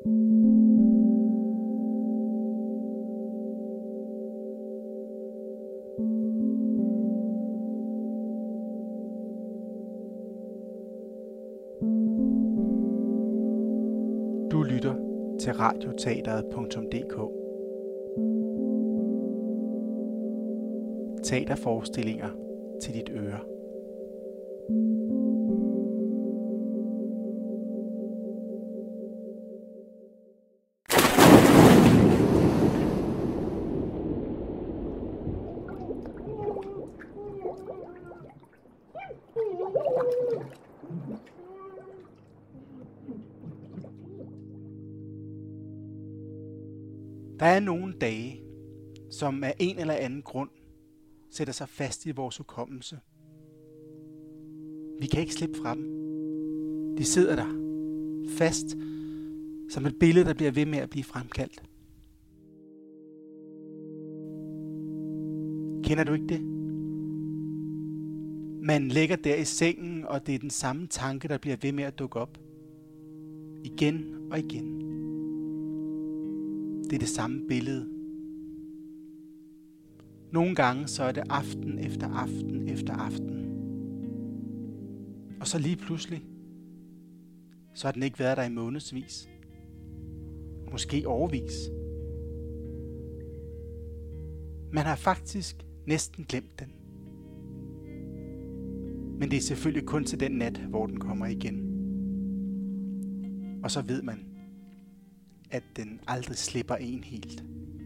Du lytter til radioteatret.dk. Teaterforestillinger til dit øre. Der er nogle dage, som af en eller anden grund sætter sig fast i vores hukommelse. Vi kan ikke slippe fra dem. De sidder der, fast, som et billede, der bliver ved med at blive fremkaldt. Kender du ikke det? Man ligger der i sengen, og det er den samme tanke, der bliver ved med at dukke op. Igen og igen. Det er det samme billede. Nogle gange så er det aften efter aften efter aften. Og så lige pludselig, så har den ikke været der i månedsvis. Måske årevis. Man har faktisk næsten glemt den. Men det er selvfølgelig kun til den nat, hvor den kommer igen. Og så ved man, at den aldrig slipper en helt.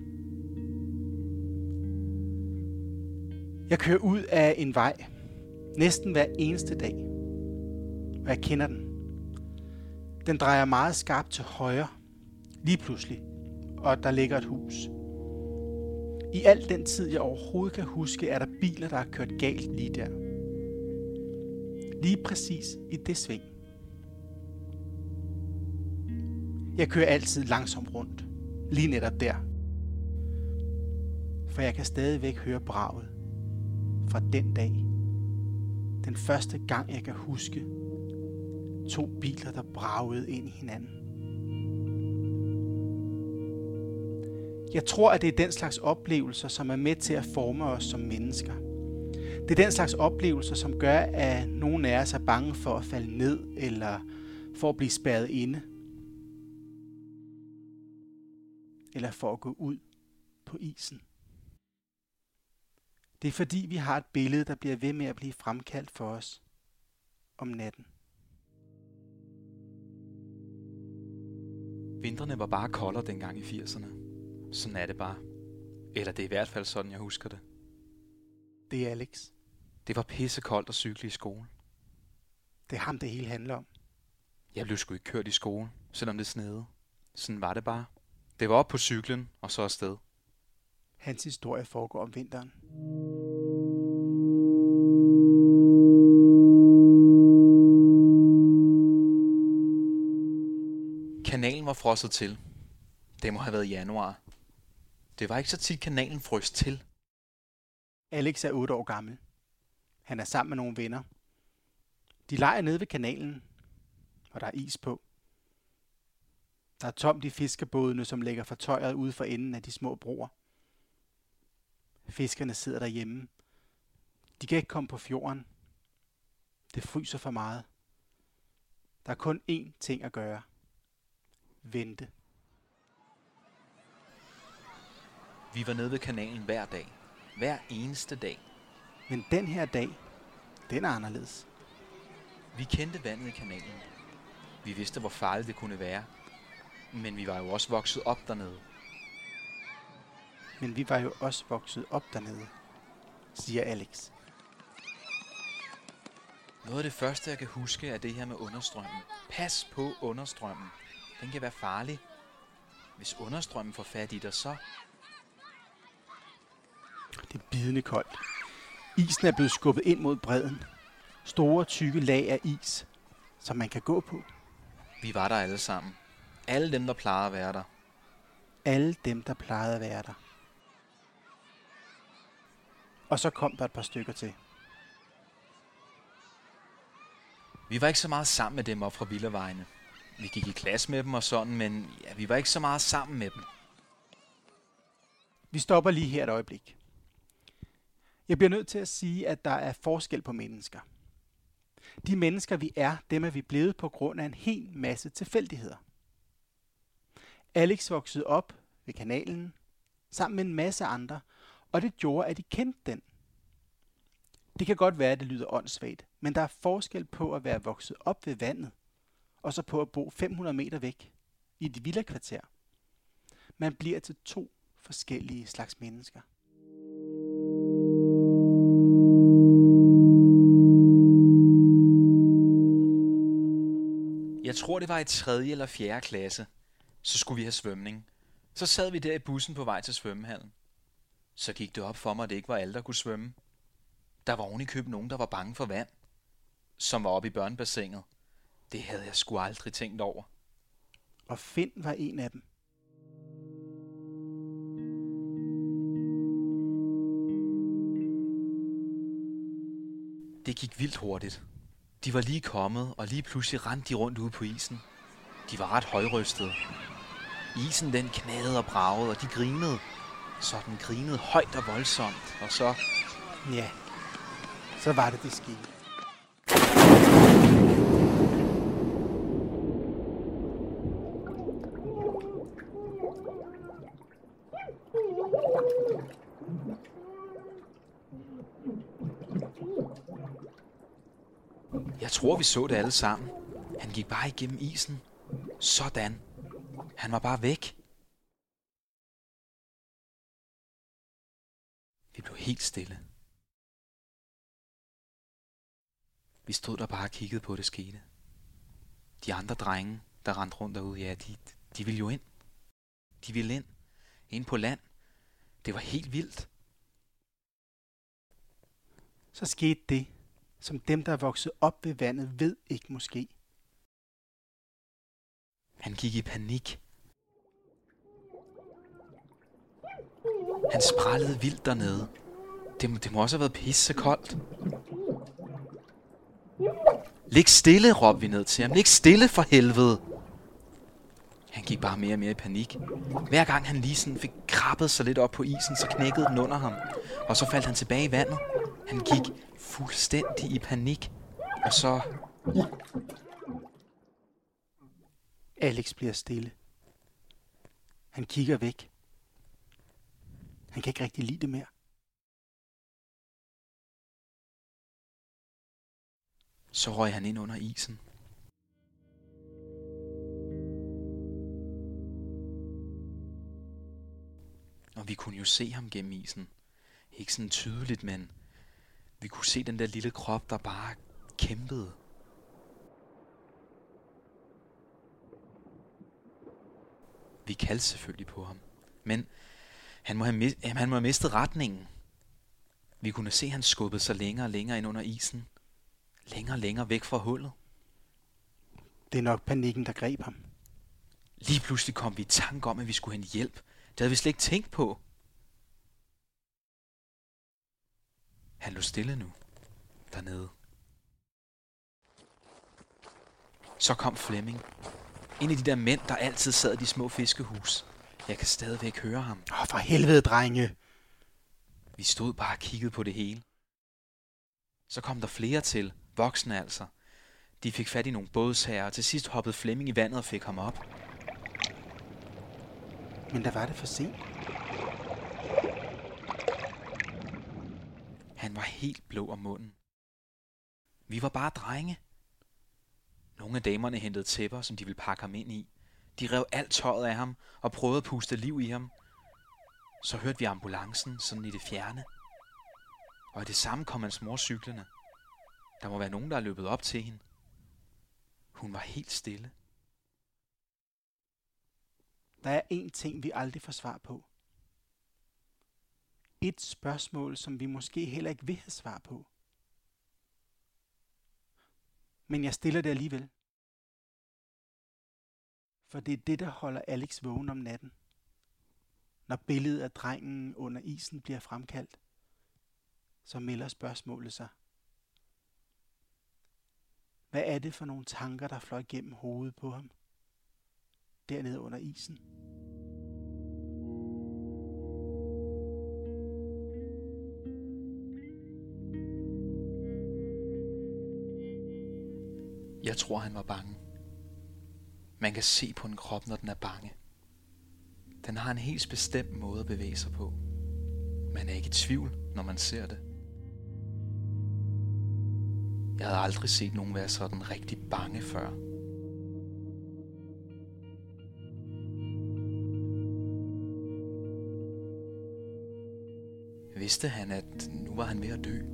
Jeg kører ud af en vej næsten hver eneste dag, og jeg kender den. Den drejer meget skarpt til højre, lige pludselig, og der ligger et hus. I al den tid, jeg overhovedet kan huske, er der biler, der har kørt galt lige der. Lige præcis i det sving. Jeg kører altid langsomt rundt, lige netop der. For jeg kan stadigvæk høre braget fra den dag. Den første gang, jeg kan huske, to biler, der bragede ind i hinanden. Jeg tror, at det er den slags oplevelser, som er med til at forme os som mennesker. Det er den slags oplevelser, som gør, at nogen af os er bange for at falde ned eller for at blive spærret inde. Eller for at gå ud på isen. Det er fordi, vi har et billede, der bliver ved med at blive fremkaldt for os om natten. Vintrene var bare koldere dengang i 80'erne. Sådan er det bare. Eller det er i hvert fald sådan, jeg husker det. Det er Alex. Det var pissekoldt at cykle i skole. Det er ham, det hele handler om. Jeg blev sgu ikke kørt i skole, selvom det sneede. Sådan var det bare. Det var op på cyklen, og så afsted. Hans historie foregår om vinteren. Kanalen var frosset til. Det må have været i januar. Det var ikke så tit, kanalen frøs til. Alex er 8 år gammel. Han er sammen med nogle venner. De leger nede ved kanalen, og der er is på. Der er tomt i fiskerbådene, som ligger fortøjet ude for enden af de små broer. Fiskerne sidder derhjemme. De kan ikke komme på fjorden. Det fryser for meget. Der er kun én ting at gøre. Vente. Vi var nede ved kanalen hver dag. Hver eneste dag. Men den her dag, den er anderledes. Vi kendte vandet i kanalen. Vi vidste, hvor farligt det kunne være. Men vi var jo også vokset op dernede. Siger Alex. Noget af det første, jeg kan huske, er det her med understrømmen. Pas på understrømmen. Den kan være farlig. Hvis understrømmen får fat i dig, så... Det er bidende koldt. Isen er blevet skubbet ind mod bredden. Store, tykke lag af is, som man kan gå på. Vi var der alle sammen. Alle dem, der plejede at være der. Alle dem, der plejede at være der. Og så kom der et par stykker til. Vi var ikke så meget sammen med dem op fra Villavejene. Vi gik i klasse med dem og sådan, men ja, vi var ikke så meget sammen med dem. Vi stopper lige her et øjeblik. Jeg bliver nødt til at sige, at der er forskel på mennesker. De mennesker, vi er, dem er vi blevet på grund af en hel masse tilfældigheder. Alex voksede op ved kanalen, sammen med en masse andre, og det gjorde, at de kendte den. Det kan godt være, at det lyder åndssvagt, men der er forskel på at være vokset op ved vandet, og så på at bo 500 meter væk i et villakvarter. Man bliver til 2 forskellige slags mennesker. Jeg tror, det var i 3. eller 4. klasse. Så skulle vi have svømning. Så sad vi der i bussen på vej til svømmehallen. Så gik det op for mig, at det ikke var alle, der kunne svømme. Der var oven i købet nogen, der var bange for vand, som var oppe i børnebassinet. Det havde jeg sgu aldrig tænkt over. Og Finn var en af dem. Det gik vildt hurtigt. De var lige kommet, og lige pludselig rendte de rundt ude på isen. De var ret højrystede. Isen den knagede og bragede, og de grinede. Så den grinede højt og voldsomt, og så... Ja, så var det skete. Jeg tror, vi så det alle sammen. Han gik bare igennem isen. Sådan. Han var bare væk. Vi blev helt stille. Vi stod der bare og kiggede på, det skete. De andre drenge, der rendte rundt derude, ja, de ville jo ind. De ville ind. Ind på land. Det var helt vildt. Så skete det, som dem, der er vokset op ved vandet, ved ikke måske. Han gik i panik. Han sprællede vildt dernede. Det må også have været pisse koldt. Lig stille, råbte vi ned til ham. Lig stille for helvede. Han gik bare mere og mere i panik. Hver gang han lige sådan fik krabbet sig lidt op på isen, så knækkede den under ham. Og så faldt han tilbage i vandet. Han gik fuldstændig i panik. Og så... Alex bliver stille. Han kigger væk. Han kan ikke rigtig lide det mere. Så røg han ind under isen. Og vi kunne jo se ham gennem isen. Ikke sådan tydeligt, men vi kunne se den der lille krop, der bare kæmpede. Vi kaldte selvfølgelig på ham. Men han må have mistet retningen. Vi kunne se, at han skubbede sig længere og længere ind under isen. Længere og længere væk fra hullet. Det er nok panikken, der greb ham. Lige pludselig kom vi i tanke om, at vi skulle hente hjælp. Det havde vi slet ikke tænkt på. Han lå stille nu. Dernede. Så kom Flemming. En af de der mænd, der altid sad i de små fiskehus. Jeg kan stadigvæk høre ham. For helvede, drenge! Vi stod bare og kiggede på det hele. Så kom der flere til. Voksne altså. De fik fat i nogle bådsherrer, og til sidst hoppede Flemming i vandet og fik ham op. Men der var det for sent. Han var helt blå om munden. Vi var bare drenge. Nogle af damerne hentede tæpper, som de ville pakke ham ind i. De rev alt tøjet af ham og prøvede at puste liv i ham. Så hørte vi ambulancen sådan i det fjerne. Og i det samme kom hans mor cyklende. Der må være nogen, der er løbet op til hende. Hun var helt stille. Der er én ting, vi aldrig får svar på. Et spørgsmål, som vi måske heller ikke vil have svar på. Men jeg stiller det alligevel. For det er det, der holder Alex vågen om natten. Når billedet af drengen under isen bliver fremkaldt, så melder spørgsmålet sig. Hvad er det for nogle tanker, der fløj gennem hovedet på ham, dernede under isen. Jeg tror, han var bange. Man kan se på en krop, når den er bange. Den har en helt bestemt måde at bevæge sig på. Man er ikke i tvivl, når man ser det. Jeg havde aldrig set nogen være sådan rigtig bange før. Vidste han, at nu var han ved at dø?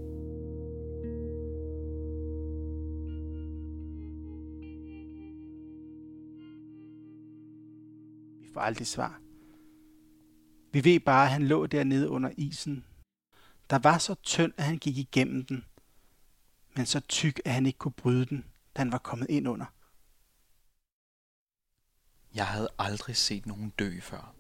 Vi får aldrig svar. Vi ved bare, at han lå dernede under isen. Der var så tynd, at han gik igennem den, men så tyk, at han ikke kunne bryde den, da han var kommet ind under. Jeg havde aldrig set nogen dø før.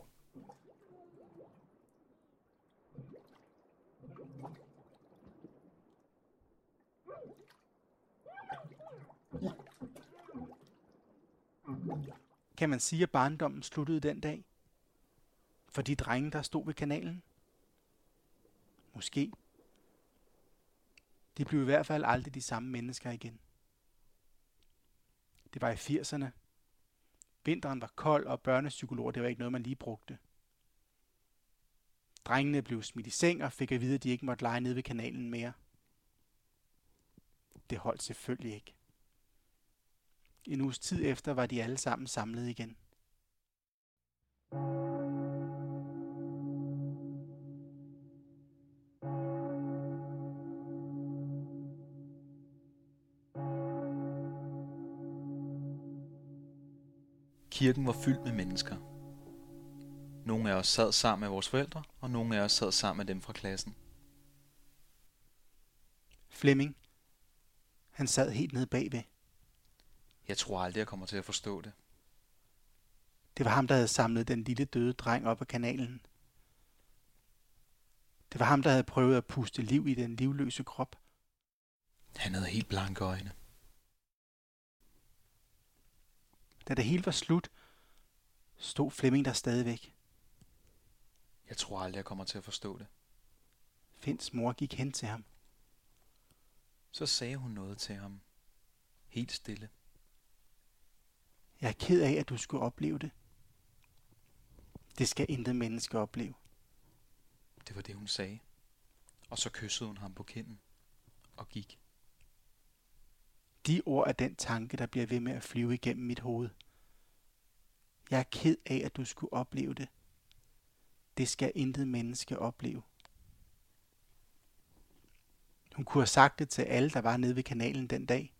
Kan man sige, at barndommen sluttede den dag? For de drenge, der stod ved kanalen? Måske. De blev i hvert fald aldrig de samme mennesker igen. Det var i 80'erne. Vinteren var kold, og børnepsykologer, det var ikke noget, man lige brugte. Drengene blev smidt i seng og fik at vide, at de ikke måtte lege nede ved kanalen mere. Det holdt selvfølgelig ikke. En uges tid efter var de alle sammen samlet igen. Kirken var fyldt med mennesker. Nogle af os sad sammen med vores forældre, og nogle af os sad sammen med dem fra klassen. Flemming, han sad helt nede bagved. Jeg tror aldrig, jeg kommer til at forstå det. Det var ham, der havde samlet den lille døde dreng op af kanalen. Det var ham, der havde prøvet at puste liv i den livløse krop. Han havde helt blanke øjne. Da det hele var slut, stod Flemming der stadigvæk. Jeg tror aldrig, jeg kommer til at forstå det. Finns mor gik hen til ham. Så sagde hun noget til ham. Helt stille. Jeg er ked af, at du skulle opleve det. Det skal intet menneske opleve. Det var det, hun sagde. Og så kyssede hun ham på kinden og gik. De ord er den tanke, der bliver ved med at flyve igennem mit hoved. Jeg er ked af, at du skulle opleve det. Det skal intet menneske opleve. Hun kunne have sagt det til alle, der var nede ved kanalen den dag.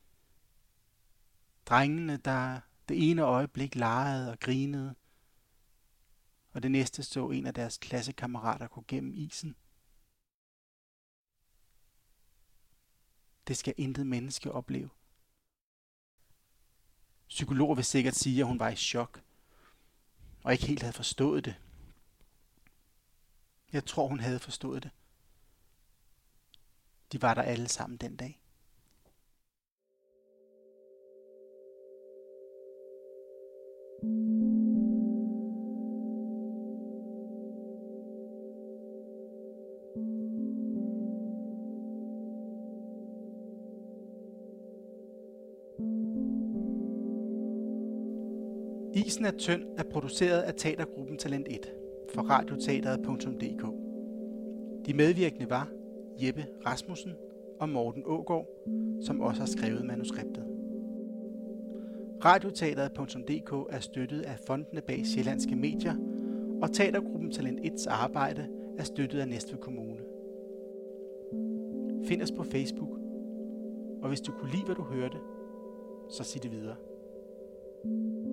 Drengene, der det ene øjeblik legede og grinede, og det næste så en af deres klassekammerater gå gennem isen. Det skal intet menneske opleve. Psykologer vil sikkert sige, at hun var i chok, og ikke helt havde forstået det. Jeg tror, hun havde forstået det. De var der alle sammen den dag. Isen er tynd er produceret af teatergruppen Talent 1 for radioteateret.dk. De medvirkende var Jeppe Rasmussen og Morten Aagaard, som også har skrevet manuskriptet. Radioteateret.dk er støttet af fondene bag Sjællandske Medier, og teatergruppen Talent 1's arbejde er støttet af Næstved Kommune. Find os på Facebook, og hvis du kunne lide, hvad du hørte, så sig det videre.